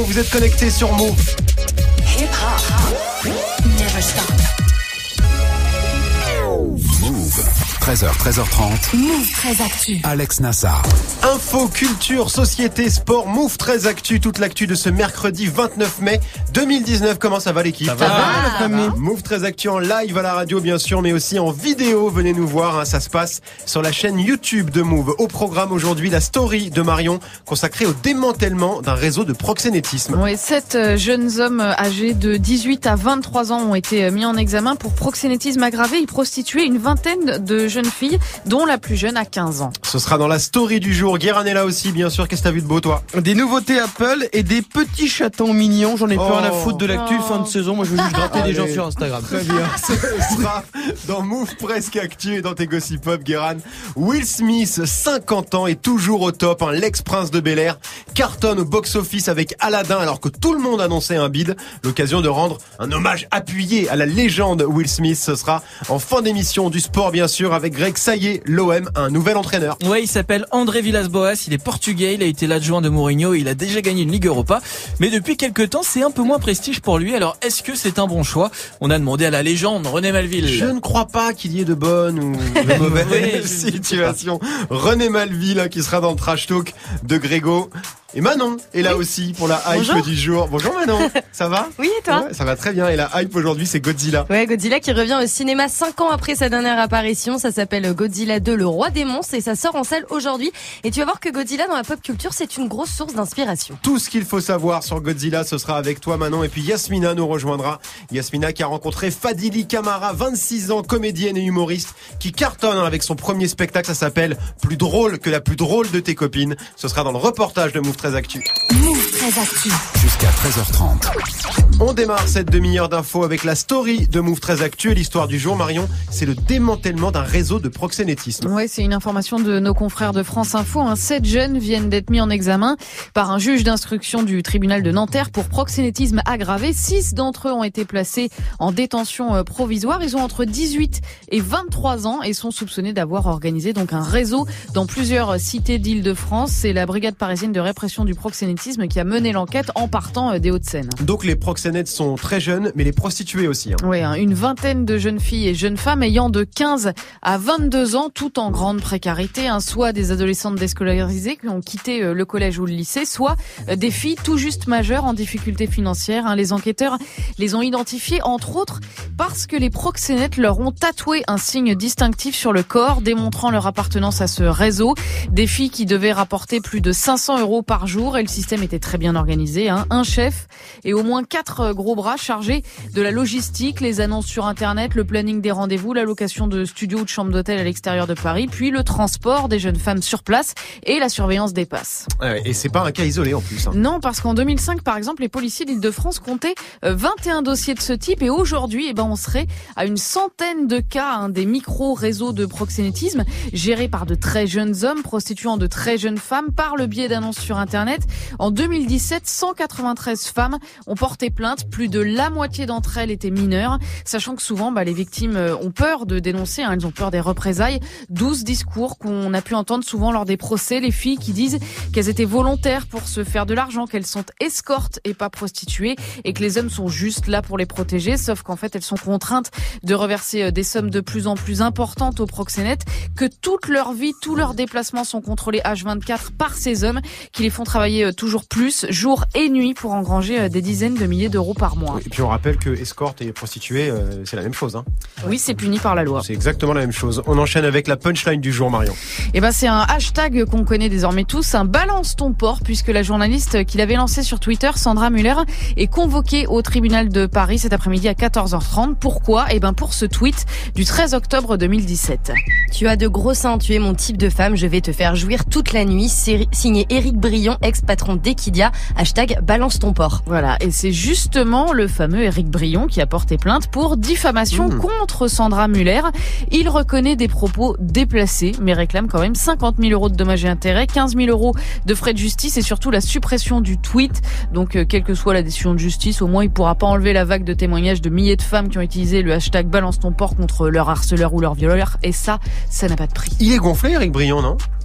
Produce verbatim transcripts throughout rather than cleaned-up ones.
vous êtes connectés sur Move. Hip hop, never stop. Move. treize heures, treize heures trente. Move treize Actu. Alex Nassar. Info, culture, société, sport, Move treize Actu. Toute l'actu de ce mercredi vingt-neuf mai deux mille dix-neuf. Comment ça va l'équipe? Ça va, ça va, ça va. Move treize Actu en live à la radio bien sûr, mais aussi en vidéo. Venez nous voir, hein, ça se passe sur la chaîne YouTube de Move. Au programme aujourd'hui, la story de Marion consacrée au démantèlement d'un réseau de proxénétisme. Oui, sept jeunes hommes âgés de dix-huit à vingt-trois ans ont été mis en examen pour proxénétisme aggravé. Ils prostituaient une vingtaine de jeunes filles, dont la plus jeune a quinze ans. Ce sera dans la story du jour. Guérin est là aussi, bien sûr. Qu'est-ce que t'as vu de beau, toi? Des nouveautés Apple et des petits chatons mignons. J'en ai plus Oh. rien à foutre de l'actu. Oh. Fin de saison. Moi, je veux juste gratter des gens Allez. sur Instagram. Très bien. Ce sera dans Move Presque Actu et dans tes Gossip Pop, Guérin. Will Smith, cinquante ans, est toujours au top. Hein. L'ex-prince de Bel-Air cartonne au box-office avec Aladdin alors que tout le monde annonçait un bide. L'occasion de rendre un hommage appuyé à la légende Will Smith. Ce sera en fin d'émission du sport, bien sûr, avec Greg Saillé. L'O M a un nouvel entraîneur. Ouais, il s'appelle André Villas-Boas, il est portugais, il a été l'adjoint de Mourinho, il a déjà gagné une Ligue Europa, mais depuis quelques temps, c'est un peu moins prestige pour lui. Alors, est-ce que c'est un bon choix? On a demandé à la légende René Malville. Je ne crois pas qu'il y ait de bonnes ou de mauvaises Oui, je- situations. René Malville, hein, qui sera dans le trash talk de Grégo. Et Manon est là aussi pour la hype Bonjour. du jour. Bonjour Manon, ça va? Oui, et toi? Ouais, ça va très bien. Et la hype aujourd'hui, c'est Godzilla. Ouais, Godzilla qui revient au cinéma cinq ans après sa dernière apparition. Ça s'appelle Godzilla deux, le roi des monstres, et ça sort en salle aujourd'hui. Et tu vas voir que Godzilla dans la pop culture, c'est une grosse source d'inspiration. Tout ce qu'il faut savoir sur Godzilla, ce sera avec toi Manon. Et puis Yasmina nous rejoindra. Yasmina qui a rencontré Fadili Camara, vingt-six ans, comédienne et humoriste, qui cartonne avec son premier spectacle. Ça s'appelle Plus drôle que la plus drôle de tes copines. Ce sera dans le reportage de Move treize Actu. Move treize Actu. Jusqu'à treize heures trente. On démarre cette demi-heure d'infos avec la story de Move treize Actu. Et l'histoire du jour, Marion, c'est le démantèlement d'un réseau de proxénétisme. Ouais, c'est une information de nos confrères de France Info. Hein. Sept jeunes viennent d'être mis en examen par un juge d'instruction du tribunal de Nanterre pour proxénétisme aggravé. Six d'entre eux ont été placés en détention provisoire. Ils ont entre dix-huit et vingt-trois ans et sont soupçonnés d'avoir organisé donc un réseau dans plusieurs cités d'Île-de-France. C'est la brigade parisienne de répression du proxénétisme qui a mené l'enquête en partant des Hauts-de-Seine. Donc les proxénètes sont très jeunes, mais les prostituées aussi. Hein. Oui, hein, une vingtaine de jeunes filles et jeunes femmes ayant de quinze à vingt-deux ans, tout en grande précarité, hein, soit des adolescentes déscolarisées qui ont quitté euh, le collège ou le lycée, soit euh, des filles tout juste majeures en difficulté financière. Hein. Les enquêteurs les ont identifiées, entre autres, parce que les proxénètes leur ont tatoué un signe distinctif sur le corps, démontrant leur appartenance à ce réseau. Des filles qui devaient rapporter plus de cinq cents euros par jour, et le système était très bien organisé. Hein. Un chef et au moins quatre gros bras chargés de la logistique, les annonces sur Internet, le planning des rendez-vous, la location de studios ou de chambres d'hôtel à l'extérieur de Paris, puis le transport des jeunes femmes sur place et la surveillance des passes. Ouais, et c'est pas un cas isolé en plus. Hein. Non, parce qu'en deux mille cinq, par exemple, les policiers d'Île-de-France comptaient vingt et un dossiers de ce type, et aujourd'hui, eh ben, on serait à une centaine de cas, hein, des micro-réseaux de proxénétisme gérés par de très jeunes hommes, prostituant de très jeunes femmes par le biais d'annonces sur Internet. En deux mille dix-sept, cent quatre-vingt-treize femmes ont porté plainte. Plus de la moitié d'entre elles étaient mineures, sachant que souvent, bah, les victimes ont peur de dénoncer, hein, elles ont peur des représailles. douze discours qu'on a pu entendre souvent lors des procès. Les filles qui disent qu'elles étaient volontaires pour se faire de l'argent, qu'elles sont escortes et pas prostituées, et que les hommes sont juste là pour les protéger, sauf qu'en fait, elles sont contraintes de reverser des sommes de plus en plus importantes aux proxénètes, que toute leur vie, tous leurs déplacements sont contrôlés H vingt-quatre par ces hommes qui les font travailler toujours plus, jour et nuit, pour engranger des dizaines de milliers d'euros par mois. Et puis on rappelle que escorte et prostituée, euh, c'est la même chose. Hein. Oui, c'est puni par la loi. C'est exactement la même chose. On enchaîne avec la punchline du jour, Marion. Eh ben, c'est un hashtag qu'on connaît désormais tous, un balance ton porc, puisque la journaliste qui l'avait lancé sur Twitter, Sandra Muller, est convoquée au tribunal de Paris cet après-midi à quatorze heures trente. Pourquoi? Eh ben, pour ce tweet du treize octobre deux mille dix-sept. Tu as de gros seins, tu es mon type de femme, je vais te faire jouir toute la nuit. C'est signé Éric Brion, ex-patron d'Equidia. Hashtag balance ton porc. Voilà, et c'est justement le fameux Éric Brion qui a porté plainte pour diffamation mmh. contre Sandra Muller. Il reconnaît des propos déplacés, mais réclame quand même cinquante mille euros de dommages et intérêts, quinze mille euros de frais de justice et surtout la suppression du tweet. Donc, euh, quelle que soit la décision de justice, au moins il pourra pas enlever la vague de témoignages de milliers de femmes qui ont utilisé le hashtag balance ton porc contre leur harceleur ou leur violeur. Et ça, ça n'a pas de prix. Il est gonflé, Éric Brion, non?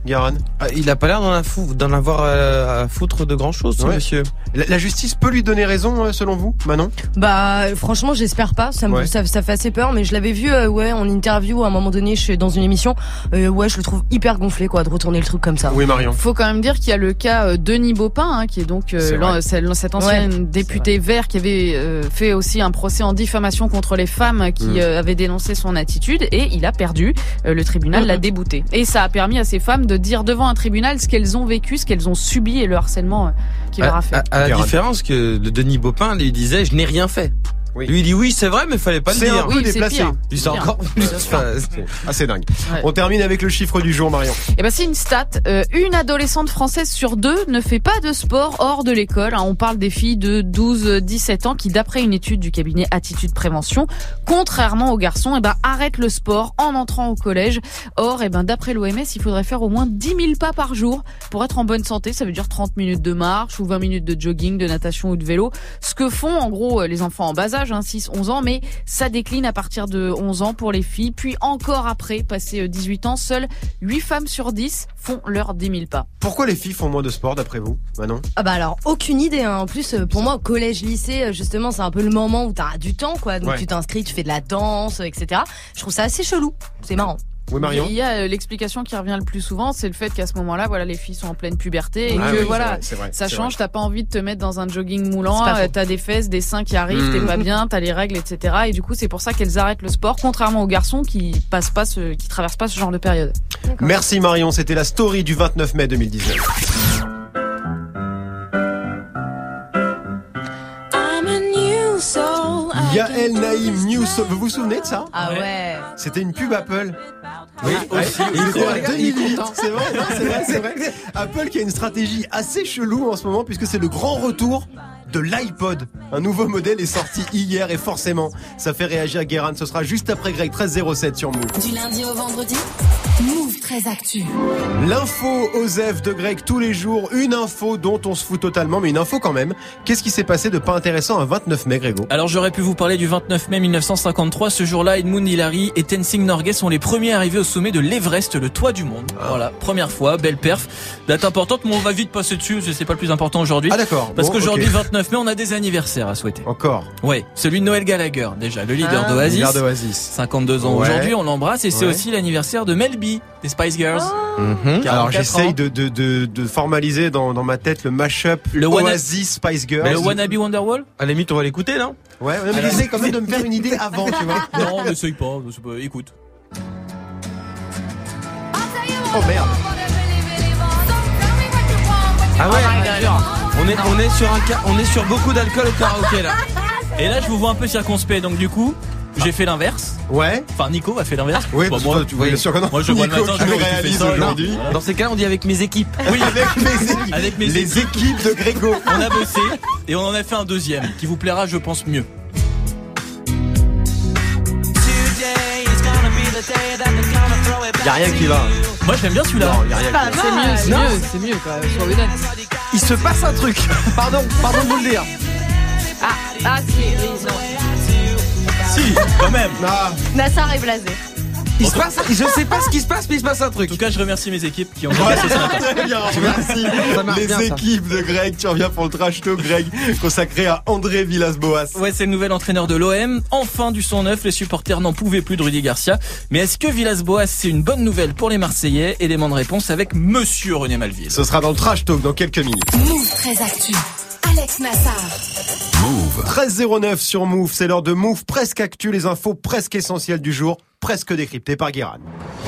Guérin? Ah, il a pas l'air d'en, a fou- d'en avoir euh, à foutre de grand chose, ce Ouais. monsieur. La, la justice peut lui donner raison, euh, selon vous, Manon? Bah franchement j'espère pas, ça me Ouais. ça, ça fait assez peur, mais je l'avais vu euh, ouais en interview à un moment donné chez, dans une émission. Euh, ouais je le trouve hyper gonflé quoi de retourner le truc comme ça. Oui, Marion. Faut quand même dire qu'il y a le cas euh, Denis Baupin, hein, qui est donc euh, C'est l'an- vrai. c'est- cet ancien Ouais, député vert qui avait euh, fait aussi un procès en diffamation contre les femmes qui Mm. euh, avaient dénoncé son attitude et il a perdu. Euh, le tribunal l'a débouté. Et ça a permis à ces femmes de dire devant un tribunal ce qu'elles ont vécu, ce qu'elles ont subi et le harcèlement euh, qu'il leur À, a fait. à- à la Guérin. différence que de Denis Baupin lui disait je n'ai rien fait. Oui. Lui il dit oui c'est vrai mais fallait pas le C'est un dire. peu Oui, c'est déplacé. pire. Lui c'est Bien. encore plus. Bien sûr. Enfin, C'est assez dingue. Ouais. On termine avec le chiffre du jour, Marion. Eh ben c'est une stat. Euh, une adolescente française sur deux ne fait pas de sport hors de l'école. Hein. On parle des filles de douze à dix-sept ans qui, d'après une étude du cabinet Attitude Prévention, contrairement aux garçons, eh ben arrêtent le sport en entrant au collège. Or, eh ben d'après l'O M S, il faudrait faire au moins dix mille pas par jour pour être en bonne santé. Ça veut dire trente minutes de marche ou vingt minutes de jogging, de natation ou de vélo. Ce que font en gros les enfants en bas âge, hein, six à onze ans, mais ça décline à partir de onze ans pour les filles. Puis encore après, passé dix-huit ans, seules huit femmes sur dix font leurs dix mille pas. Pourquoi les filles font moins de sport, d'après vous, Manon? Ah bah alors aucune idée hein. En plus euh, pour moi au collège lycée euh, justement c'est un peu le moment où t'as du temps quoi, donc Ouais. tu t'inscris, tu fais de la danse, et cetera. Je trouve ça assez chelou, c'est marrant. Oui, Marion? Il y a euh, l'explication qui revient le plus souvent, c'est le fait qu'à ce moment-là, voilà, les filles sont en pleine puberté et Ah que oui, voilà, c'est vrai, c'est ça vrai, change. c'est T'as pas envie de te mettre dans un jogging moulant, C'est pas euh, faux. t'as des fesses, des seins qui arrivent, Mmh. t'es pas bien, t'as les règles, et cetera. Et du coup, c'est pour ça qu'elles arrêtent le sport, contrairement aux garçons qui passent pas ce, qui traversent pas ce genre de période. Merci Marion, c'était la story du vingt-neuf mai deux mille dix-neuf. Yael Naïm, New Soul. Vous vous souvenez de ça? Ah ouais. C'était une pub Apple. Oui, Ouais, aussi, il aussi. était en Regarde, deux il est mille huit. content. C'est vrai, non, c'est vrai, c'est vrai. Apple qui a une stratégie assez chelou en ce moment puisque c'est le grand retour de l'iPod. Un nouveau modèle est sorti hier et forcément, ça fait réagir Guérin. Ce sera juste après Greg, treize zéro sept sur Move. Du lundi au vendredi, Move très actu. L'info Osef de Greg tous les jours, une info dont on se fout totalement, mais une info quand même. Qu'est-ce qui s'est passé de pas intéressant un vingt-neuf mai, Grégo? Alors j'aurais pu vous parler du vingt-neuf mai mille neuf cent cinquante-trois. Ce jour-là, Edmund Hillary et Tenzing Norgay sont les premiers arrivés au sommet de l'Everest, le toit du monde. Ah. Voilà, première fois, belle perf. Date importante, mais on va vite passer dessus, c'est pas le plus important aujourd'hui. Ah d'accord. Parce Bon, qu'aujourd'hui, ok. vingt-neuf mai, on a des anniversaires à souhaiter. Encore. Ouais, celui de Noël Gallagher, déjà, le leader Ah. d'Oasis. Regarde Oasis. cinquante-deux ans Ouais. aujourd'hui, on l'embrasse et c'est Ouais. aussi l'anniversaire de Mel B, des Spice Girls. Mhm. quarante-quatre Alors j'essaye ans. de, de, de, de formaliser dans, dans ma tête le mashup Le wanna- Oasis Spice Girls. Le Wannabe Wonderwall. À la limite on va l'écouter non? Ouais, ouais, mais j'essaie quand même de me faire une idée avant, tu vois. Non, n'essaye pas, c'est pas- écoute. Oh merde. Ah ouais. On est on est sur un ca- on est sur beaucoup d'alcool au karaoké là. Et là, je vous vois un peu circonspect, donc du coup, j'ai fait l'inverse. Ouais. Enfin, Nico a fait l'inverse. Oui, Bah, parce que moi, toi, tu vois bien sûr que non. moi, je vois le Nico matin, qui je le vois que tu fais réalise ça, aujourd'hui. voilà. Dans ces cas-là on dit avec mes équipes. Oui, avec mes équipes. Avec mes Les équipes. équipes de Grégo. On a bossé et on en a fait un deuxième qui vous plaira, je pense, mieux. Y a rien qui va. Moi, j'aime bien celui-là. Non, y a rien qui va. C'est mieux, c'est Non. mieux, c'est mieux, quoi. Sois honnête. Il se passe un truc. Pardon, pardon de vous le dire. Ah, ah, si, oui, non. Si, quand même. Ah, Nassar est blasé. Il se passe, je sais pas ce qui se passe mais il se passe un En truc. tout cas, je remercie mes équipes qui ont ouais, bossé ce matin. très bien, merci. Ça marche Les bien, ça. équipes de Greg, tu reviens pour le trash talk, Greg, consacré à André Villas-Boas. Ouais, c'est le nouvel entraîneur de l'O M. Enfin du son neuf, les supporters n'en pouvaient plus de Rudy Garcia. Mais est-ce que Villas-Boas, c'est une bonne nouvelle pour les Marseillais? Élément de réponse avec Monsieur René Malville. Ce sera dans le trash talk dans quelques minutes. Move très actu. Alex Nassar. Move. treize zéro neuf sur Move, c'est l'heure de Move presque actu, les infos presque essentielles du jour, presque décryptées par Guérin.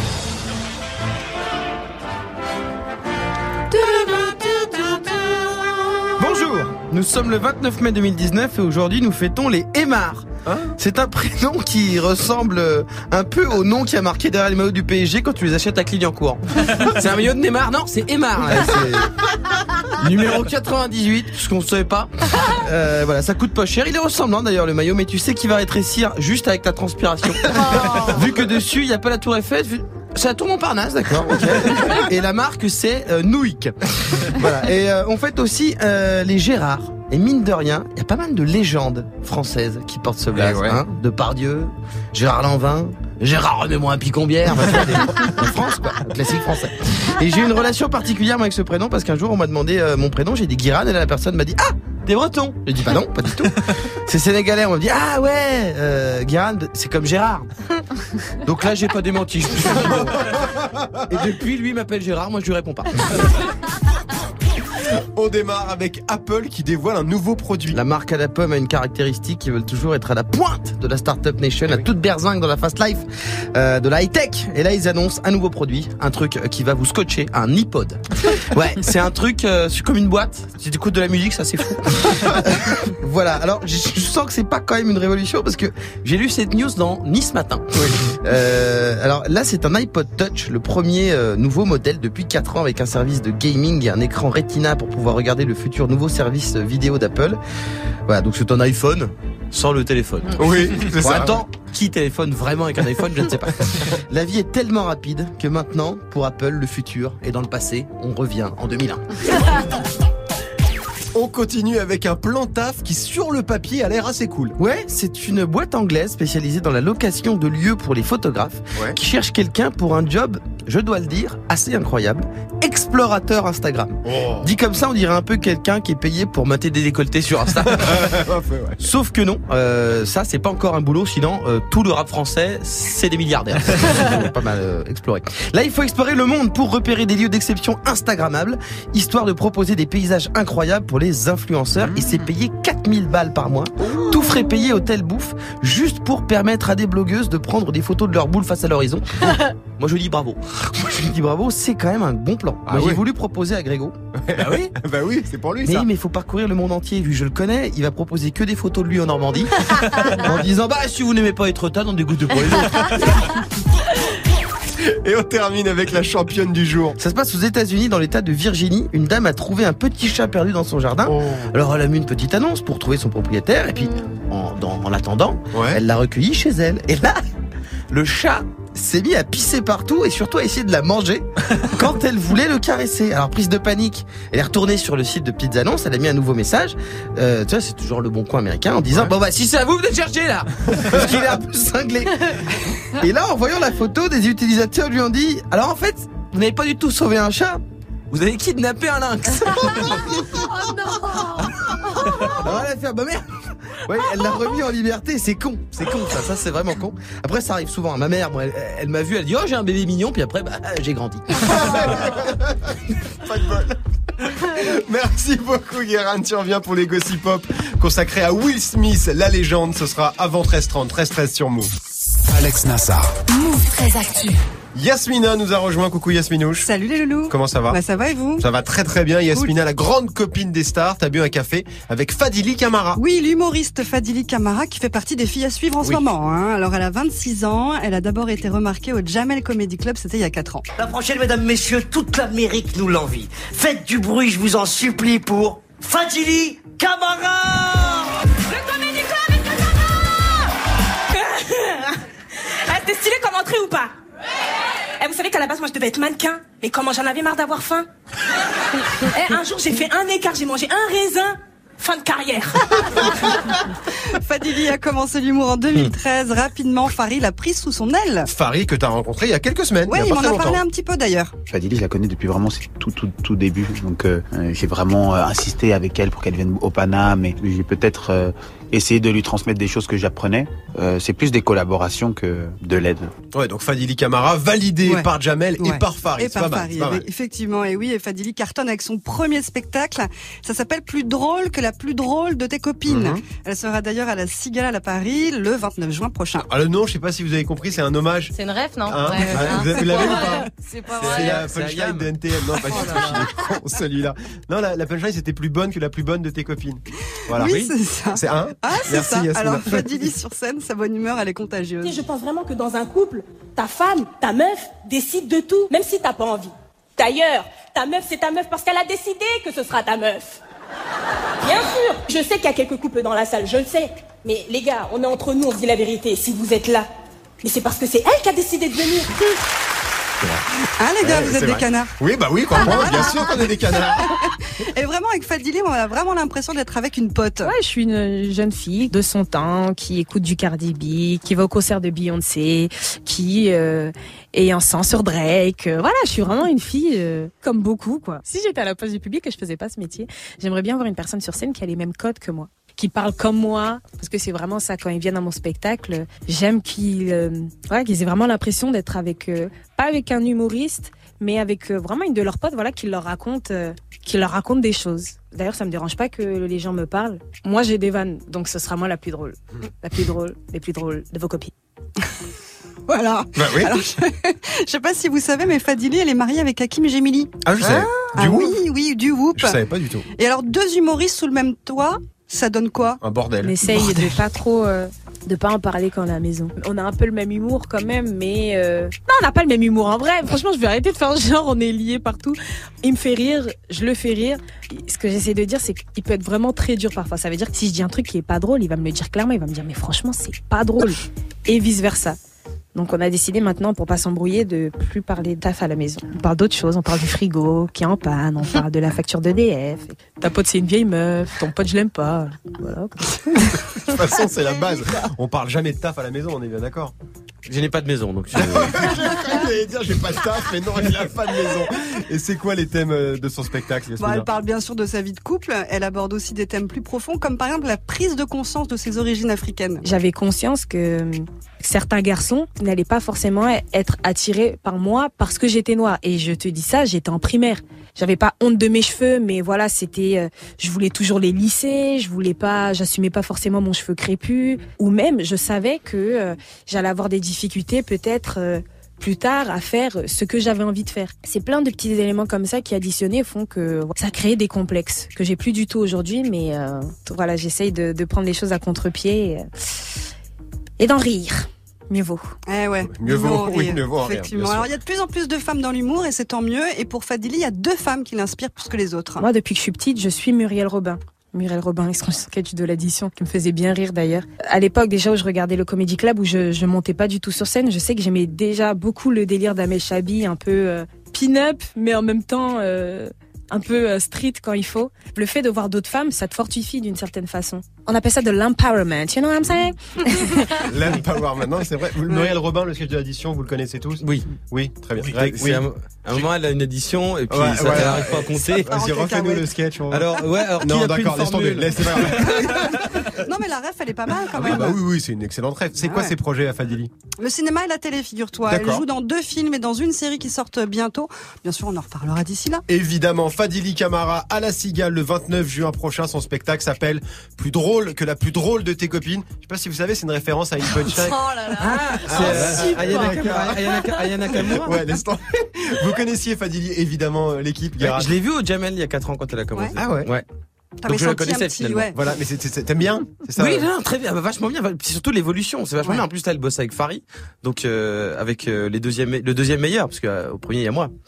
Bonjour, nous sommes le vingt-neuf mai deux mille dix-neuf et aujourd'hui nous fêtons les Aymar. Hein C'est un prénom qui ressemble euh, un peu au nom qui a marqué derrière les maillots du P S G quand tu les achètes à Clignancourt. C'est un maillot de Neymar? Non, c'est Aymar. Ouais, c'est numéro quatre-vingt-dix-huit, ce qu'on ne savait pas. Euh, voilà, ça coûte pas cher. Il est ressemblant d'ailleurs le maillot, mais tu sais qu'il va rétrécir juste avec ta transpiration. Vu que dessus il n'y a pas la Tour Eiffel. vu- C'est la Tour Montparnasse, d'accord. ok. Et la marque c'est euh, Nouic. Voilà. Et euh, on fête aussi euh, les Gérard. Et mine de rien, il y a pas mal de légendes françaises qui portent ce blaze. Eh ouais. Hein, Depardieu, Gérard Lanvin, Gérard, remets-moi un picombière. En France, quoi. Un classique français. Et j'ai eu une relation particulière avec ce prénom parce qu'un jour, on m'a demandé euh, mon prénom. J'ai dit Guiran et là, la personne m'a dit ah, t'es breton. J'ai dit bah non, pas du tout. C'est sénégalais. On m'a dit ah ouais, euh, Guiran, c'est comme Gérard. Donc là, j'ai pas démenti. Je me suis dit, bon. Et depuis, lui il m'appelle Gérard. Moi, je lui réponds pas. On démarre avec Apple qui dévoile un nouveau produit. La marque à la pomme a une caractéristique qui veulent toujours être à la pointe de la Startup Nation, à toute berzingue dans la fast life, euh, de la high tech. Et là, ils annoncent un nouveau produit, un truc qui va vous scotcher, un iPod. Ouais, c'est un truc euh, c'est comme une boîte. Si tu écoutes de la musique, ça c'est fou. Voilà. Alors, je, je sens que c'est pas quand même une révolution parce que j'ai lu cette news dans Nice Matin. Oui. Euh, alors là, c'est un iPod Touch, le premier euh, nouveau modèle depuis quatre ans avec un service de gaming et un écran Retina pour pouvoir regarder le futur nouveau service vidéo d'Apple. Voilà, donc c'est un iPhone sans le téléphone. Oui, c'est bon, ça. attends, qui téléphone vraiment avec un iPhone, je ne sais pas. La vie est tellement rapide que maintenant, pour Apple, le futur est dans le passé. On revient en deux mille un. On continue avec un plan taf qui, sur le papier, a l'air assez cool. Ouais, c'est une boîte anglaise spécialisée dans la location de lieux pour les photographes Ouais. qui cherche quelqu'un pour un job, je dois le dire, assez incroyable. Explorateur Instagram. Oh. Dit comme ça, on dirait un peu quelqu'un qui est payé pour mater des décolletés sur Insta. Sauf que non, euh, ça c'est pas encore un boulot, sinon euh, tout le rap français c'est des milliardaires. C'est pas mal euh, exploré. Là il faut explorer le monde pour repérer des lieux d'exception instagrammables, histoire de proposer des paysages incroyables pour les influenceurs. Mmh. Et c'est payé quatre mille balles par mois, Ouh. Tout frais payé, hôtel, bouffe, juste pour permettre à des blogueuses de prendre des photos de leur boule face à l'horizon. Moi je dis bravo. Moi je dis bravo, c'est quand même un bon plan. Ah Moi oui. j'ai voulu proposer à Grégo. Bah oui, bah oui, c'est pour lui Mais ça. oui, mais il faut parcourir le monde entier. Lui, je le connais. Il va proposer que des photos de lui en Normandie, en disant bah si vous n'aimez pas être tas, n'en dégoûtez pas les autres. Et on termine avec la championne du jour. Ça se passe aux États-Unis, dans l'État de Virginie. Une dame a trouvé un petit chat perdu dans son jardin. Oh. Alors elle a mis une petite annonce pour trouver son propriétaire. Et puis, en, dans, en l'attendant, Ouais. elle l'a recueilli chez elle. Et là, le chat s'est mis à pisser partout et surtout à essayer de la manger quand elle voulait le caresser. Alors prise de panique, elle est retournée sur le site de petites annonces, elle a mis un nouveau message, euh, tu vois c'est toujours le Bon Coin américain, en disant Ouais. bon bah si c'est à vous, venez chercher là, parce qu'il est un peu cinglé. Et là en voyant la photo, des utilisateurs lui ont dit alors en fait vous n'avez pas du tout sauvé un chat, vous avez kidnappé un lynx. Oh non. Alors elle a fait bah merde. Oui, elle l'a remis en liberté, c'est con, c'est con ça, ça c'est vraiment con. Après ça arrive souvent, ma mère, bon, elle, elle m'a vu, elle dit oh j'ai un bébé mignon, puis après bah j'ai grandi. Pas de bol. Merci beaucoup Guérin, tu reviens pour les Gossip Pop consacrés à Will Smith, la légende. Ce sera avant treize heures trente, treize treize sur Move. Alex Nassar. Move très actu. Yasmina nous a rejoint, coucou Yasminouche. Salut les loulous. Comment ça va? Bah ça va et vous? Ça va très très bien Yasmina, la grande copine des stars. T'as bu un café avec Fadili Camara. Oui, l'humoriste Fadili Camara qui fait partie des filles à suivre en ce Oui. moment. Hein. Alors elle a vingt-six ans, elle a d'abord été remarquée au Jamel Comedy Club, c'était il y a quatre ans. La prochaine, mesdames, messieurs, toute l'Amérique nous l'envie. Faites du bruit, je vous en supplie, pour Fadili Camara. Le Comedy Club est Camara. Ah, t'es stylé comme entrée ou pas? Eh, vous savez qu'à la base, moi, je devais être mannequin. Mais comment j'en avais marre d'avoir faim. Eh, un jour, j'ai fait un écart, j'ai mangé un raisin. Fin de carrière. Fadili a commencé l'humour en deux mille treize. Rapidement, Farid l'a pris sous son aile. Farid que t'as rencontré il y a quelques semaines. Ouais, il y il a m'en pas a très parlé longtemps. un petit peu d'ailleurs. Fadili, je la connais depuis vraiment ses tout tout tout début. Donc euh, j'ai vraiment euh, insisté avec elle pour qu'elle vienne au Paname, mais j'ai peut-être euh, essayé de lui transmettre des choses que j'apprenais. Euh, c'est plus des collaborations que de l'aide. Ouais, donc Fadili Camara validé Ouais. par Jamel et Ouais. par Farid. Et C'est par pas mal, Farid, c'est pas mal. effectivement. Et oui, et Fadili cartonne avec son premier spectacle. Ça s'appelle Plus drôle que la plus drôle de tes copines. Mhm. Elle sera d'ailleurs à la Cigale à Paris le vingt-neuf juin prochain. Ah, le nom, je sais pas si vous avez compris, c'est un hommage. C'est une rêve, non? Hein Ouais. Ah, vous Hein, vous l'avez ou c'est pas? C'est pas C'est vrai. la c'est punchline Ayam. de N T M. Non, pas du tout. Il est con, celui-là. Non, la, la punchline, c'était plus bonne que la plus bonne de tes copines. Voilà. Oui, c'est ça. C'est un. Ah, c'est Merci, ça. Yasmina. Alors, Fadili sur scène, sa bonne humeur, elle est contagieuse. Je pense vraiment que dans un couple, ta femme, ta meuf, décide de tout, même si t'as pas envie. D'ailleurs, ta meuf, c'est ta meuf parce qu'elle a décidé que ce sera ta meuf. Bien sûr, je sais qu'il y a quelques couples dans la salle, je le sais. Mais les gars, on est entre nous, on se dit la vérité. Si vous êtes là, mais c'est parce que c'est elle qui a décidé de venir. Hein les gars, Ouais, vous c'est êtes des vrai. canards. Oui, bah oui, crois-moi, bien sûr qu'on est des canards. Et vraiment, avec Fadili, on a vraiment l'impression d'être avec une pote. Ouais, je suis une jeune fille de son temps qui écoute du Cardi B, qui va au concert de Beyoncé, qui euh, est un sang sur Drake. Euh, voilà, je suis vraiment une fille euh, comme beaucoup, quoi. Si j'étais à la place du public et je faisais pas ce métier, j'aimerais bien avoir une personne sur scène qui a les mêmes codes que moi, qui parle comme moi, parce que c'est vraiment ça, quand ils viennent à mon spectacle, j'aime qu'ils euh, voilà, qu'ils aient vraiment l'impression d'être avec, euh, pas avec un humoriste, mais avec euh, vraiment une de leurs potes, voilà, qui leur raconte, euh, qui leur raconte des choses. D'ailleurs, ça me dérange pas que les gens me parlent. Moi, j'ai des vannes, donc ce sera moi la plus drôle. La plus drôle, les plus drôles de vos copines. Voilà. Bah oui. Alors, je, je sais pas si vous savez, mais Fadili, elle est mariée avec Hakim Gemili. Ah, je savais. Ah, Du oui, Whoop oui, du Whoop. Je savais pas du tout. Et alors, deux humoristes sous le même toit, ça donne quoi? Un bordel. On essaye Bordel. de pas trop, euh, de pas en parler quand on est à la maison. On a un peu le même humour quand même, mais euh... non, on n'a pas le même humour en vrai. Franchement, je vais arrêter de faire genre on est liés partout. Il me fait rire, je le fais rire. Ce que j'essaie de dire, c'est qu'il peut être vraiment très dur parfois. Ça veut dire que si je dis un truc qui est pas drôle, il va me le dire clairement. Il va me dire mais franchement, c'est pas drôle. Et vice versa. Donc on a décidé maintenant, pour pas s'embrouiller, de plus parler de taf à la maison. On parle d'autres choses, on parle du frigo qui est en panne, on parle de la facture d'E D F. Ta pote c'est une vieille meuf, ton pote je l'aime pas. Voilà. De toute façon, c'est la base. On parle jamais de taf à la maison, on est bien d'accord. Je n'ai pas de maison, donc. Je... J'allais dire, j'ai pas de taf, mais non, il a pas de maison. Et c'est quoi les thèmes de son spectacle, Bah, elle parle bien sûr de sa vie de couple. Elle aborde aussi des thèmes plus profonds, comme par exemple la prise de conscience de ses origines africaines. J'avais conscience que certains garçons n'allaient pas forcément être attirés par moi parce que j'étais noire. Et je te dis ça, j'étais en primaire. J'avais pas honte de mes cheveux, mais voilà, c'était, euh, je voulais toujours les lisser, je voulais pas, j'assumais pas forcément mon cheveu crépus, ou même je savais que euh, j'allais avoir des difficultés peut-être euh, plus tard à faire ce que j'avais envie de faire. C'est plein de petits éléments comme ça qui additionnés font que ça crée des complexes que j'ai plus du tout aujourd'hui, mais euh, voilà, j'essaye de, de prendre les choses à contre-pied et, et d'en rire. Mieux vaut. Eh ouais. Mieux vaut, rire, oui, mieux vaut en rire, effectivement. bien sûr. Alors il y a de plus en plus de femmes dans l'humour et c'est tant mieux. Et pour Fadili, il y a deux femmes qui l'inspirent plus que les autres. Moi, depuis que je suis petite, je suis Muriel Robin. Muriel Robin, son sketch de l'addition qui me faisait bien rire d'ailleurs. À l'époque déjà où je regardais le Comedy Club, où je, je montais pas du tout sur scène, je sais que j'aimais déjà beaucoup le délire d'Amel Chabi, un peu euh, pin-up, mais en même temps euh, un peu euh, street quand il faut. Le fait de voir d'autres femmes, ça te fortifie d'une certaine façon. On appelle ça de l'empowerment, you know what I'm saying? L'empowerment, non, c'est vrai. Muriel Robin, le sketch de l'addition, vous le connaissez tous? Oui. Oui, très bien. Oui, Greg, c'est oui. un, un moment, elle a une addition et puis Ouais, ça ouais, elle ouais. n'arrive pas à compter. Vas-y, refais-nous le sketch. on va- Alors, ouais, alors, non, qui a pris d'accord, une laisse tomber. formule Laisse, c'est pas grave. Non mais la ref, elle est pas mal quand Oui, même. bah oui, oui, c'est une excellente rêve. C'est Ah quoi ouais. ses projets à Fadili? Le cinéma et la télé, figure-toi. Elle D'accord. joue dans deux films et dans une série qui sortent bientôt. Bien sûr, on en reparlera d'ici là. Évidemment, Fadili Camara à la Cigale le vingt-neuf juin prochain. Son spectacle s'appelle Plus drôle que la plus drôle de tes copines. Je sais pas si vous savez, c'est une référence à une punchline. Oh là là. Ah, Ah, c'est super. Ayana Kamura- Ayana- Ayana Kamura. Ouais, laisse tomber. Vous connaissiez Fadili, évidemment, euh, l'équipe. Ouais, Guérin. je l'ai vu au Jamel il y a quatre ans quand elle a commencé. Ouais. Ah ouais. Ouais. T'avais Donc je la senti un connaissais petit- finalement. ouais. Voilà, mais c'est- c'est- t'aimes bien? C'est ça? Oui, non, très bien, bah, vachement bien. C'est surtout l'évolution, c'est vachement Ouais. bien. En plus, là, elle bosse avec Farid, donc euh, avec euh, les deuxièmes, le deuxième meilleur, parce qu'au euh, premier il y a moi.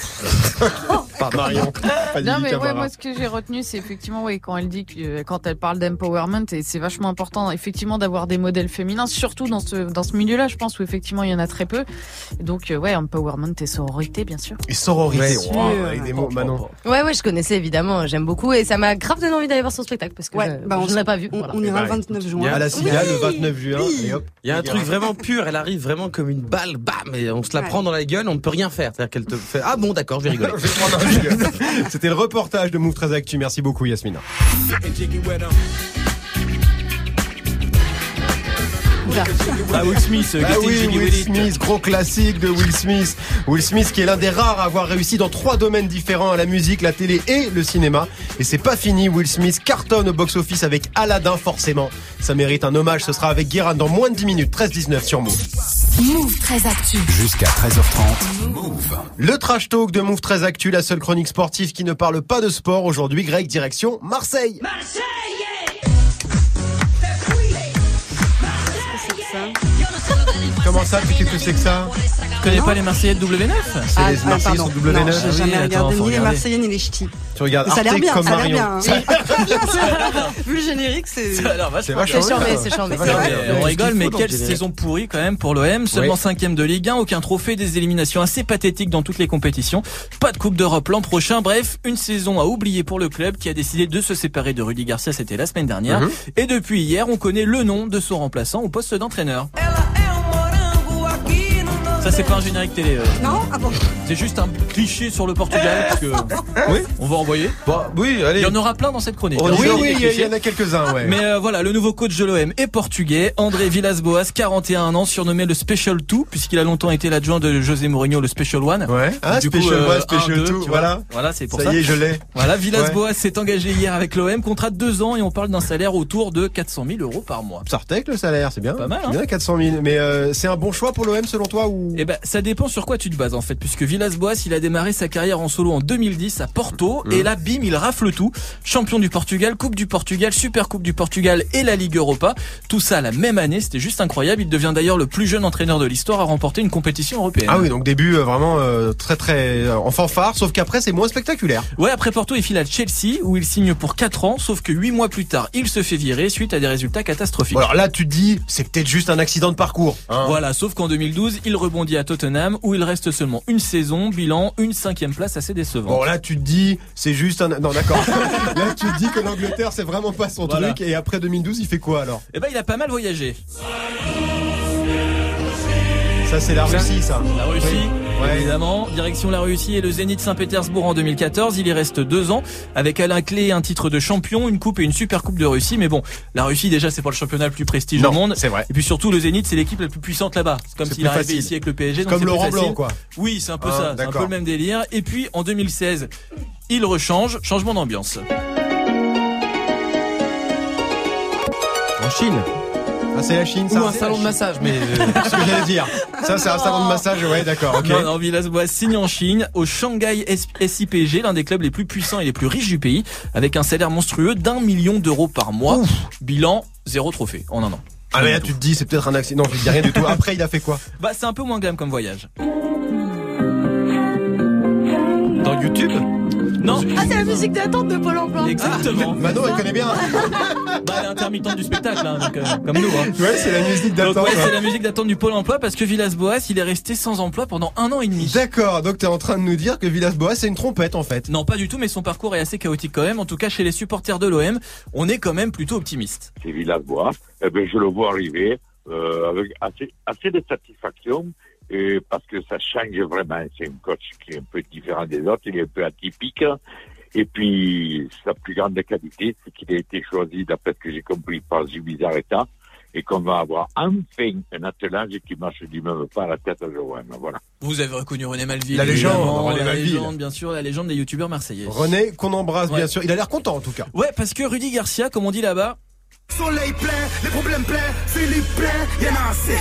Pardon, Marion. Fadili Non mais Camara. ouais, moi ce que j'ai retenu c'est effectivement oui quand elle dit que euh, quand elle parle d'empowerment et c'est vachement important effectivement d'avoir des modèles féminins surtout dans ce dans ce milieu-là je pense où effectivement il y en a très peu et donc euh, ouais empowerment et sororité bien sûr. Et sororité, Ouais. wow, avec des mots, Manon. Ouais, ouais, je connaissais évidemment, j'aime beaucoup et ça m'a grave donné envie d'aller voir son spectacle parce que Ouais, je, bah, on je ne l'ai pas vu. On, voilà. on ira Eh le ben, vingt-neuf Il y juin. a À la Cigale le vingt-neuf juin. Oui. Et hop. Il y a un Guérin. truc vraiment pur, elle arrive vraiment comme une balle, bam, et on se la Ouais. prend dans la gueule, on ne peut rien faire. C'est-à-dire qu'elle te fait, ah bon, d'accord, je vais rigoler. Je vais prendre un jeu. C'était le reportage de Move très Actu. Merci beaucoup, Yasmina. Ah, Will Smith, euh, Ah Getting oui, Jiggy Will With It. Smith, gros classique de Will Smith. Will Smith qui est l'un des rares à avoir réussi dans trois domaines différents, à la musique, la télé et le cinéma. Et c'est pas fini, Will Smith cartonne au box-office avec Aladdin forcément. Ça mérite un hommage, ce sera avec Guérin dans moins de dix minutes, treize dix-neuf sur Move. Move très Actu. Jusqu'à treize heures trente. Move. Le trash talk de Move très Actu, la seule chronique sportive qui ne parle pas de sport. Aujourd'hui, Greg, direction Marseille. Comment Comment ça, puis qu'est-ce que c'est que ça? Tu connais pas les Marseillais de W neuf? C'est Ah, les ah, Marseillais pardon. sur W neuf. Non, j'ai jamais Ah oui, attends, regardé faut ni les regarder. Marseillais ni les Ch'tis. Tu regardes Ça a l'air Arte bien, comme ça a l'air Marion. bien. hein. Vu le générique, c'est. Ça a l'air vachement C'est bien. vachement C'est charmé, bien. c'est charmé. C'est vachement Non, bien. mais on rigole, mais dans quelle le générique. saison pourrie quand même pour l'O M. Seulement Oui. cinquième de Ligue un, aucun trophée, des éliminations assez pathétiques dans toutes les compétitions. Pas de Coupe d'Europe l'an prochain. Bref, une saison à oublier pour le club qui a décidé de se séparer de Rudy Garcia, c'était la semaine dernière. Mhm. Et depuis hier, on connaît le nom de son remplaçant au poste d'entraîneur. Ça, c'est pas un générique télé. euh. Non? Ah bon? C'est juste un cliché sur le Portugal. Parce que... Oui. On va envoyer. Bon, oui, allez. Il y en aura plein dans cette chronique. On hein. y Oui, va, oui, Des il y, clichés. en a quelques-uns, ouais. Mais euh, voilà, le nouveau coach de l'O M est portugais, André Villas-Boas, quarante et un ans, surnommé le Special deux, puisqu'il a longtemps été l'adjoint de José Mourinho, le Special one. Ouais. Ah, Du coup, Special euh, One, Special un, deux, Two, tu vois. voilà. Voilà, c'est pour Ça ça. y est, je l'ai. Voilà, Villas-Boas s'est engagé hier avec l'O M, contrat de deux ans, et on parle d'un salaire autour de quatre cent mille euros par mois. Sartec le salaire, c'est bien. Pas mal, C'est hein. bien, quatre cent mille. Mais euh, c'est un bon choix pour l'O M selon toi ou? Eh ben, ça dépend sur quoi tu te bases en fait, puisque Villas-Boas, il a démarré sa carrière en solo en deux mille dix à Porto, Mmh. et là, bim, il rafle tout. Champion du Portugal, Coupe du Portugal, Super Coupe du Portugal et la Ligue Europa. Tout ça la même année, c'était juste incroyable. Il devient d'ailleurs le plus jeune entraîneur de l'histoire à remporter une compétition européenne. Ah oui, donc début euh, vraiment euh, très très euh, en fanfare, sauf qu'après c'est moins spectaculaire. Ouais, après Porto, il file à Chelsea, où il signe pour quatre ans, sauf que huit mois plus tard, il se fait virer suite à des résultats catastrophiques. Bon, alors là, tu te dis, c'est peut-être juste un accident de parcours. Hein. Voilà, sauf qu'en deux mille douze, il rebondit à Tottenham, où il reste seulement une saison, bilan, une cinquième place assez décevante. Bon, là, tu te dis, c'est juste un. Non, d'accord. Là, tu te dis que l'Angleterre, c'est vraiment pas son Voilà. truc. Et après deux mille douze, il fait quoi alors? Eh ben, il a pas mal voyagé. Ça, c'est la Russie, ça. La Russie, Oui. Ouais. évidemment. Direction la Russie et le Zénith Saint-Pétersbourg en deux mille quatorze. Il y reste deux ans, avec à la clé un titre de champion, une coupe et une super coupe de Russie. Mais bon, la Russie, déjà, c'est pas le championnat le plus prestigieux Non, au monde. c'est vrai. Et puis surtout, le Zénith, c'est l'équipe la plus puissante là-bas. C'est comme C'est s'il plus arrivait facile. ici avec le P S G. donc Comme c'est plus Laurent facile. Blanc, quoi. Oui, c'est un peu Ah, ça. C'est un d'accord. peu le même délire. Et puis, en deux mille seize, il rechange, changement d'ambiance. En Chine. Ah, c'est la Chine, ça. Ou un salon de massage, mais. C'est ce que j'allais dire. Ça, c'est un salon de massage. Ouais, d'accord. Ok. Non, non, Villas-Boas signe en Chine, au Shanghai S I P G, l'un des clubs les plus puissants et les plus riches du pays, avec un salaire monstrueux d'un million d'euros par mois. Bilan, zéro trophée en un an. Ah, mais là, tu te dis, c'est peut-être un accident. Non, je dis rien du tout. Après, il a fait quoi? Bah, c'est un peu moins glam comme voyage. Dans YouTube? Non, Ah, c'est la musique d'attente de Pôle emploi. exactement. Manon, elle connaît bien. Bah, elle est intermittente du spectacle, hein, donc, euh, comme nous. Hein. Ouais, c'est la musique Donc d'attente. ouais, c'est la musique d'attente du Pôle emploi parce que Villas-Boas, il est resté sans emploi pendant un an et demi. D'accord, donc t'es en train de nous dire que Villas-Boas c'est une trompette en fait. Non, pas du tout, mais son parcours est assez chaotique quand même. En tout cas, chez les supporters de l'O M, on est quand même plutôt optimiste. C'est Villas-Boas, eh ben, je le vois arriver euh, avec assez, assez de satisfaction et parce que ça change vraiment. C'est un coach qui est un peu différent des autres, il est un peu atypique. Et puis, sa plus grande qualité, c'est qu'il a été choisi, d'après ce que j'ai compris, par Zubizarreta, et qu'on va avoir enfin un attelage qui marche du même pas à la tête de l'O M. Voilà. Vous avez reconnu René Malville. La légende, évidemment, René la Malville. légende, bien sûr, la légende des youtubeurs marseillais. René, qu'on embrasse Ouais. bien sûr. Il a l'air content en tout cas. Ouais, parce que Rudy Garcia, comme on dit là-bas, Soleil plein, les problèmes pleins, Philippe plein, y'en a assez.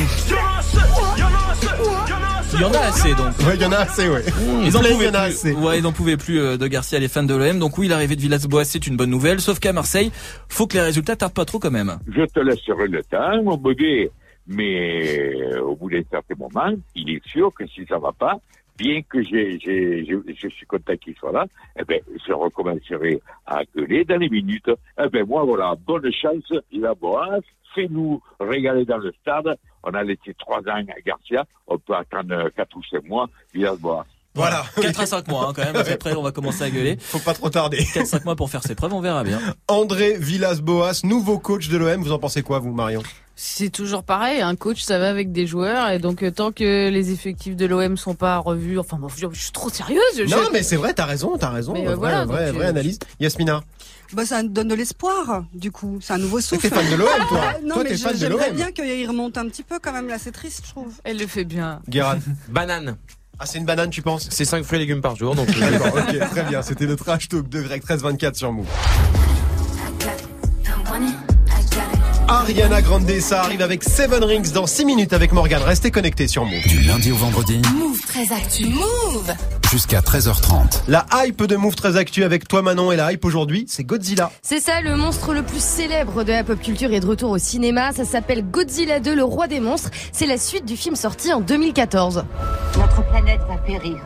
il y en a assez donc. Ouais, il y en a assez, ouais. Ils en Plein, il y pouvaient en a plus. assez. Ouais, ils n'en pouvaient plus euh, de Garcia, les fans de l'O M. Donc oui, l'arrivée de Villas-Boas, c'est une bonne nouvelle. Sauf qu'à Marseille, faut que les résultats tardent pas trop quand même. Je te laisserai le temps, mon bébé, mais euh, au bout d'un certain moment, il est sûr que si ça va pas, bien que j'ai, j'ai, je, je suis content qu'il soit là, eh ben, je recommencerai à gueuler dans les minutes. Eh ben, moi, voilà, bonne chance, Villas-Boas, fais-nous régaler dans le stade. On a laissé trois ans à Garcia, on peut attendre quatre ou cinq mois, Villas-Boas. Voilà. quatre à cinq mois hein, quand même, parce qu'après on va commencer à gueuler. Faut pas trop tarder. quatre à cinq mois pour faire ses preuves, on verra bien. André Villas-Boas, nouveau coach de l'O M. Vous en pensez quoi, vous, Marion? C'est toujours pareil, un coach ça va avec des joueurs et donc euh, tant que les effectifs de l'O M sont pas revus, enfin bon, je, je suis trop sérieuse. Je, Non, mais c'est vrai, t'as raison, t'as raison. Mais, euh, Vraie, voilà, vraie, donc, vraie euh, analyse. Yasmina, Bah, ça donne de l'espoir, du coup. C'est un nouveau c'est que souffle. t'es fan de l'O M, toi. Ah, non, toi, mais t'es je- fan de l'O j'aimerais M. bien qu'il remonte un petit peu quand même. Là, c'est triste, je trouve. Elle le fait bien. Guérin. Banane. Ah, c'est une banane, tu penses? C'est cinq fruits et légumes par jour, donc. D'accord, ok, très bien. C'était le trash talk de Greg treize vingt-quatre sur Move. Ariana Grande, ça arrive avec Seven Rings dans six minutes avec Morgane. Restez connectés sur Move. Du lundi au vendredi. Move très actu. Move. Jusqu'à treize heures trente. La hype de Move très actu avec toi Manon, et la hype aujourd'hui, c'est Godzilla. C'est ça, le monstre le plus célèbre de la pop culture est de retour au cinéma. Ça s'appelle Godzilla deux, le roi des monstres. C'est la suite du film sorti en deux mille quatorze. Notre planète va périr.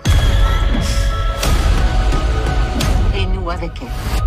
Et nous avec elle.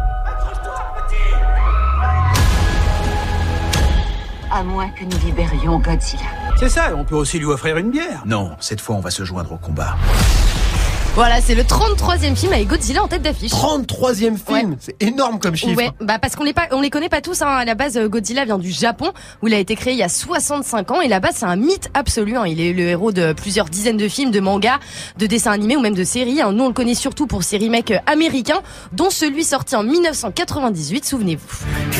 À moins que nous libérions Godzilla. C'est ça, on peut aussi lui offrir une bière. Non, cette fois on va se joindre au combat. Voilà, c'est le trente-troisième film avec Godzilla en tête d'affiche. trente-troisième film, ouais. C'est énorme comme chiffre. Ouais, bah parce qu'on les pas, on les connaît pas tous. Hein. À la base, Godzilla vient du Japon, où il a été créé il y a soixante-cinq ans. Et là-bas, c'est un mythe absolu. Hein. Il est le héros de plusieurs dizaines de films, de mangas, de dessins animés ou même de séries. Hein. Nous, on le connaît surtout pour ses remakes américains, dont celui sorti en dix-neuf cent quatre-vingt-dix-huit. Souvenez-vous.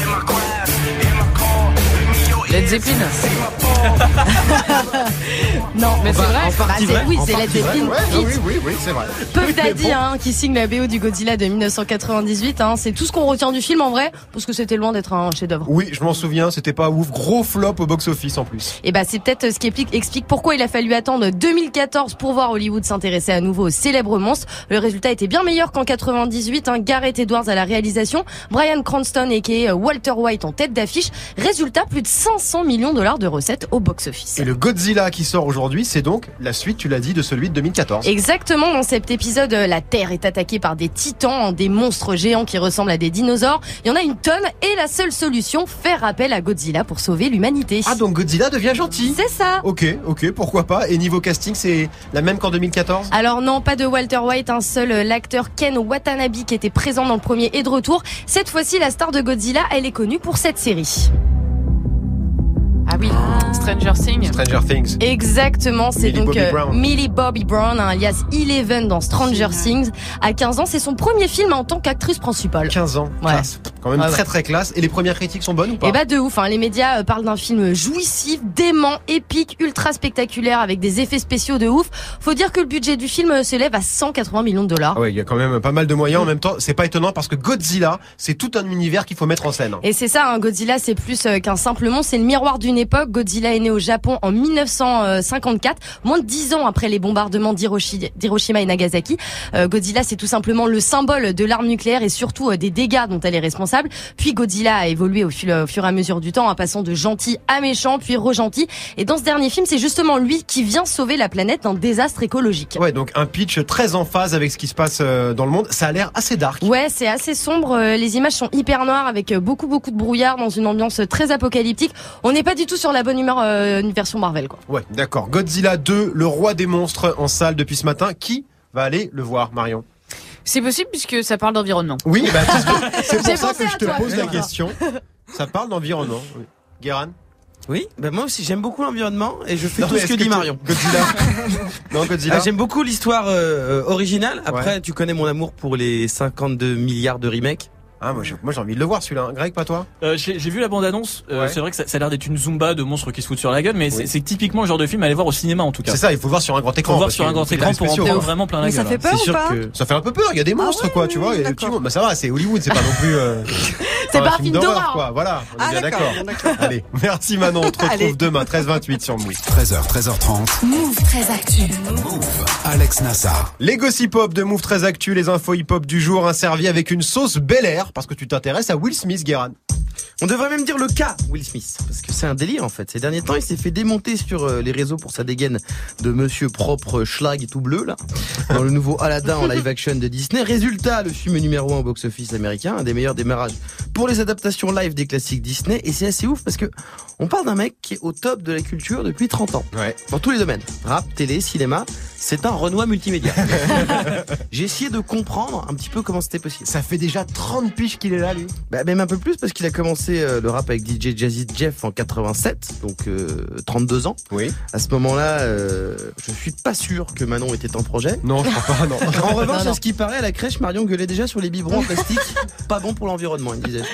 Led Zeppelin. Non, mais c'est vrai. Bah, c'est, vrai. Oui, c'est Led Zeppelin. Ouais, oui, oui, oui, c'est vrai. Puff Daddy, bon. hein, qui signe la B O du Godzilla de dix-neuf cent quatre-vingt-dix-huit. Hein, c'est tout ce qu'on retient du film en vrai, parce que c'était loin d'être un chef-d'œuvre. Oui, je m'en souviens. C'était pas ouf. Gros flop au box-office en plus. Et bah, c'est peut-être ce qui explique, explique pourquoi il a fallu attendre deux mille quatorze pour voir Hollywood s'intéresser à nouveau au célèbre monstre. Le résultat était bien meilleur qu'en quatre-vingt-dix-huit. Hein, Gareth Edwards à la réalisation, Bryan Cranston aka Walter White en tête d'affiche. Résultat, plus de cinq cents millions de dollars de recettes au box-office. Et le Godzilla qui sort aujourd'hui, c'est donc la suite, tu l'as dit, de celui de deux mille quatorze. Exactement, dans cet épisode, la Terre est attaquée par des titans, des monstres géants qui ressemblent à des dinosaures. Il y en a une tonne et la seule solution, faire appel à Godzilla pour sauver l'humanité. Ah, donc Godzilla devient gentil. C'est ça. Ok, ok, pourquoi pas. Et niveau casting, c'est la même qu'en deux mille quatorze? Alors non, pas de Walter White, un seul l'acteur Ken Watanabe qui était présent dans le premier est de retour. Cette fois-ci, la star de Godzilla, elle est connue pour cette série. Ah oui, Stranger Things. Stranger Things. Exactement, c'est Millie donc Bobby euh, Brown. Millie Bobby Brown, hein, alias Eleven dans Stranger Things. À quinze ans, c'est son premier film en tant qu'actrice principale. quinze ans, ouais. Classe. Quand même ouais, très ouais. très classe. Et les premières critiques sont bonnes ou pas? Eh bah de ouf, hein. Les médias euh, parlent d'un film jouissif, dément, épique, ultra spectaculaire avec des effets spéciaux de ouf. Faut dire que le budget du film euh, s'élève à cent quatre-vingts millions de dollars. Ah ouais, il y a quand même pas mal de moyens. En même temps, c'est pas étonnant parce que Godzilla, c'est tout un univers qu'il faut mettre en scène. Et c'est ça, hein, Godzilla, c'est plus euh, qu'un simple monstre, c'est le miroir d'une époque. Godzilla est né au Japon en dix-neuf cent cinquante-quatre, moins de dix ans après les bombardements d'Hiroshi- d'Hiroshima et Nagasaki. Euh, Godzilla, c'est tout simplement le symbole de l'arme nucléaire et surtout euh, des dégâts dont elle est responsable. Puis Godzilla a évolué au fur, au fur et à mesure du temps, en passant de gentil à méchant, puis re-gentil. Et dans ce dernier film, c'est justement lui qui vient sauver la planète d'un désastre écologique. Ouais, donc un pitch très en phase avec ce qui se passe euh, dans le monde. Ça a l'air assez dark. Ouais, c'est assez sombre. Euh, Les images sont hyper noires avec euh, beaucoup beaucoup de brouillard dans une ambiance très apocalyptique. On n'est pas du tout sur la bonne humeur, euh, une version Marvel, quoi. Ouais, d'accord. Godzilla deux, le roi des monstres en salle depuis ce matin. Qui va aller le voir, Marion? C'est possible puisque ça parle d'environnement. Oui, bah, c'est pour J'ai ça pensé que je à te toi, pose la Pierre. question. Ça parle d'environnement. Oui. Guéran? Oui, bah moi aussi j'aime beaucoup l'environnement et je fais Non, tout mais ce est-ce que dit tu- Marion. Godzilla. Non, Godzilla. Ah, j'aime beaucoup l'histoire euh, originale. Après, Ouais. tu connais mon amour pour les cinquante-deux milliards de remakes. Ah, moi, j'ai, moi, j'ai envie de le voir celui-là. Greg, pas toi? Euh, j'ai, j'ai vu la bande-annonce. Euh, Ouais. C'est vrai que ça, ça a l'air d'être une zumba de monstres qui se foutent sur la gueule, mais Oui. c'est, c'est typiquement le genre de film à aller voir au cinéma en tout cas. C'est ça, il faut le voir sur un grand écran. Faut voir parce sur un que grand c'est écran des pour en spéciaux, prendre hein. vraiment plein la Mais gueule. ça fait peur C'est ou sûr pas que Ça fait un peu peur, il y a des monstres, Ah ouais, quoi, tu vois. et d'accord. tu- bah, ça va, c'est Hollywood, c'est pas non plus. Euh, C'est pas pas un film d'horreur. quoi. Voilà, on est Ah, bien d'accord, d'accord. d'accord. Allez, merci Manon, on te retrouve Allez. demain, treize vingt-huit sur Move. treize heures, treize heures trente. Move très actu. Move. Alex Nassar. Les gossip hop de Move très actu, les infos hip hop du jour, un servi avec une sauce Bel Air, parce que tu t'intéresses à Will Smith, Guéran. On devrait même dire le cas Will Smith, parce que c'est un délire en fait. Ces derniers temps, il s'est fait démonter sur euh, les réseaux pour sa dégaine de monsieur propre schlag et tout bleu là, dans le nouveau Aladdin en live action de Disney. Résultat, le film numéro un au box-office américain, un des meilleurs démarrages pour les adaptations live des classiques Disney. Et c'est assez ouf parce que on parle d'un mec qui est au top de la culture depuis trente ans. Ouais. Dans tous les domaines. Rap, télé, cinéma. C'est un Renoir multimédia. J'ai essayé de comprendre un petit peu comment c'était possible. Ça fait déjà trente piges qu'il est là, lui. Bah, même un peu plus parce qu'il a commencé euh, le rap avec D J Jazzy Jeff en quatre-vingt-sept, donc euh, trente-deux ans. Oui. À ce moment-là, euh, je suis pas sûr que Manon était en projet. Non, je crois pas, non. En revanche, Non, non. à ce qui paraît, à la crèche, Marion gueulait déjà sur les biberons en plastique. Pas bon pour l'environnement, il disait.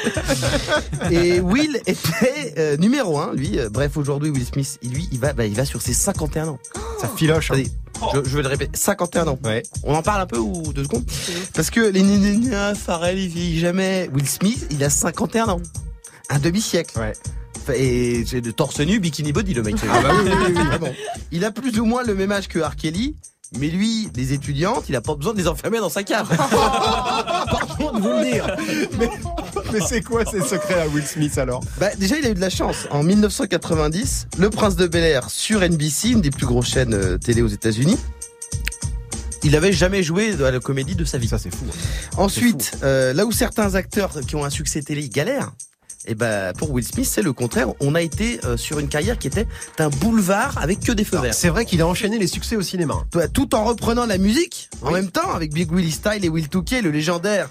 Et Will était euh, numéro un, lui. Euh, Bref, aujourd'hui, Will Smith, lui, il va, bah, il va sur ses cinquante et un ans. Ça filoche. Hein. Attendez, je, je vais le répéter, cinquante et un ans. Ouais. On en parle un peu ou deux secondes? Parce que les nénénas, Pharrell, il vieillit jamais. Will Smith, il a cinquante et un ans. Un demi-siècle. Ouais. Et c'est de torse nu, bikini body le mec. Ah bah oui, oui, oui, oui. Vraiment. Il a plus ou moins le même âge que R. Kelly. Mais lui, les étudiantes, il a pas besoin de les enfermer dans sa cave. Pardon de vous le dire. Mais, mais c'est quoi ces secrets à Will Smith alors? Bah déjà, il a eu de la chance. En dix-neuf cent quatre-vingt-dix, Le Prince de Bel-Air sur N B C, une des plus grosses chaînes euh, télé aux États-Unis. Il avait jamais joué à la comédie de sa vie. Ça c'est fou. Ensuite, euh, là où certains acteurs qui ont un succès télé galèrent, et ben pour Will Smith c'est le contraire. On a été euh, sur une carrière qui était un boulevard avec que des feux verts. C'est vrai qu'il a enchaîné les succès au cinéma. Tout en reprenant la musique oui. en même temps avec Big Willie Style et Will Touquet, le légendaire.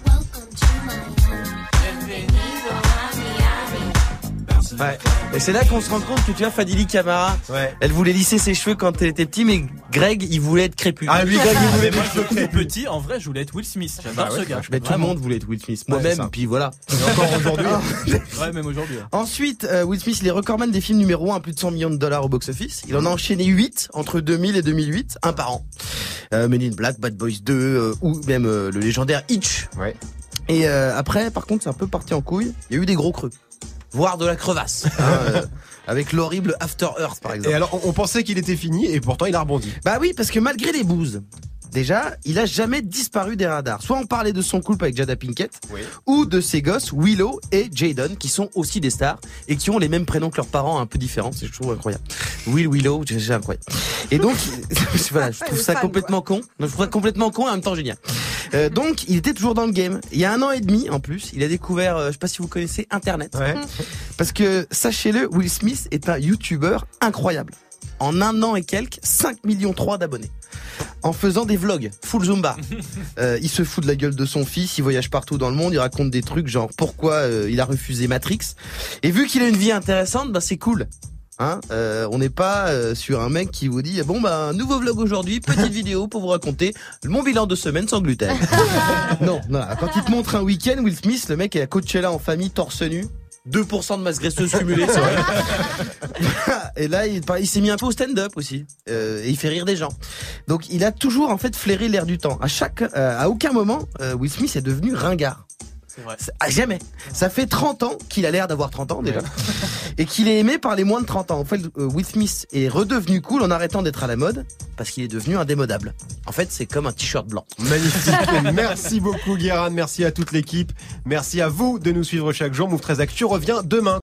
Ouais. Et c'est là qu'on se rend compte que tu vois Fadili Camara, ouais. elle voulait lisser ses cheveux quand elle était petite, mais Greg il voulait être crépus. Ah lui Greg il voulait être cheveux crépus. Petit, en vrai je voulais être Will Smith. J'adore bah ouais, ce gars. Mais tout le monde voulait être Will Smith. Moi-même, ouais, puis voilà. Et encore aujourd'hui. Ouais, même aujourd'hui. Ouais. Ensuite, euh, Will Smith il est recordman des films numéro un à plus de cent millions de dollars au box-office. Il en a enchaîné huit entre deux mille et deux mille huit, un par an. Euh, Men in Black, Bad Boys deux, euh, ou même euh, le légendaire Hitch. Ouais. Et euh, après, par contre, c'est un peu parti en couille. Il y a eu des gros creux. Voire de la crevasse. Hein, euh, avec l'horrible After Earth, par exemple. Et alors, on, on pensait qu'il était fini, et pourtant il a rebondi. Bah oui, parce que malgré les bouses, déjà, il a jamais disparu des radars. Soit on parlait de son couple avec Jada Pinkett, oui. ou de ses gosses, Willow et Jaden, qui sont aussi des stars, et qui ont les mêmes prénoms que leurs parents, un peu différents. C'est, je trouve incroyable. Will, Willow, c'est incroyable. Et donc, voilà, je trouve ça complètement con. Je trouve ça complètement con et en même temps génial. Euh, donc, il était toujours dans le game. Il y a un an et demi, en plus, il a découvert, euh, je sais pas si vous connaissez, Internet. Ouais. Parce que, sachez-le, Will Smith est un YouTuber incroyable. En un an et quelques, cinq millions trois d'abonnés. En faisant des vlogs, full Zumba. Euh, il se fout de la gueule de son fils, il voyage partout dans le monde, il raconte des trucs genre pourquoi euh, il a refusé Matrix. Et vu qu'il a une vie intéressante, bah c'est cool. Hein, euh, on n'est pas euh, sur un mec qui vous dit bon bah nouveau vlog aujourd'hui, petite vidéo pour vous raconter mon bilan de semaine sans gluten. non, non, quand il te montre un week-end, Will Smith, le mec est à Coachella en famille, torse nu, deux pour cent de masse graisseuse cumulée, c'est vrai. Et là, il, il s'est mis un peu au stand-up aussi, euh, et il fait rire des gens. Donc, il a toujours en fait flairé l'air du temps. À chaque, euh, à aucun moment, euh, Will Smith est devenu ringard. C'est vrai. À jamais. Ça fait trente ans qu'il a l'air d'avoir trente ans déjà. Et qu'il est aimé par les moins de trente ans. En fait, Will Smith est redevenu cool en arrêtant d'être à la mode parce qu'il est devenu indémodable. En fait, c'est comme un t-shirt blanc. Magnifique. Merci beaucoup Guérin, merci à toute l'équipe. Merci à vous de nous suivre chaque jour. Move treize Actu revient demain.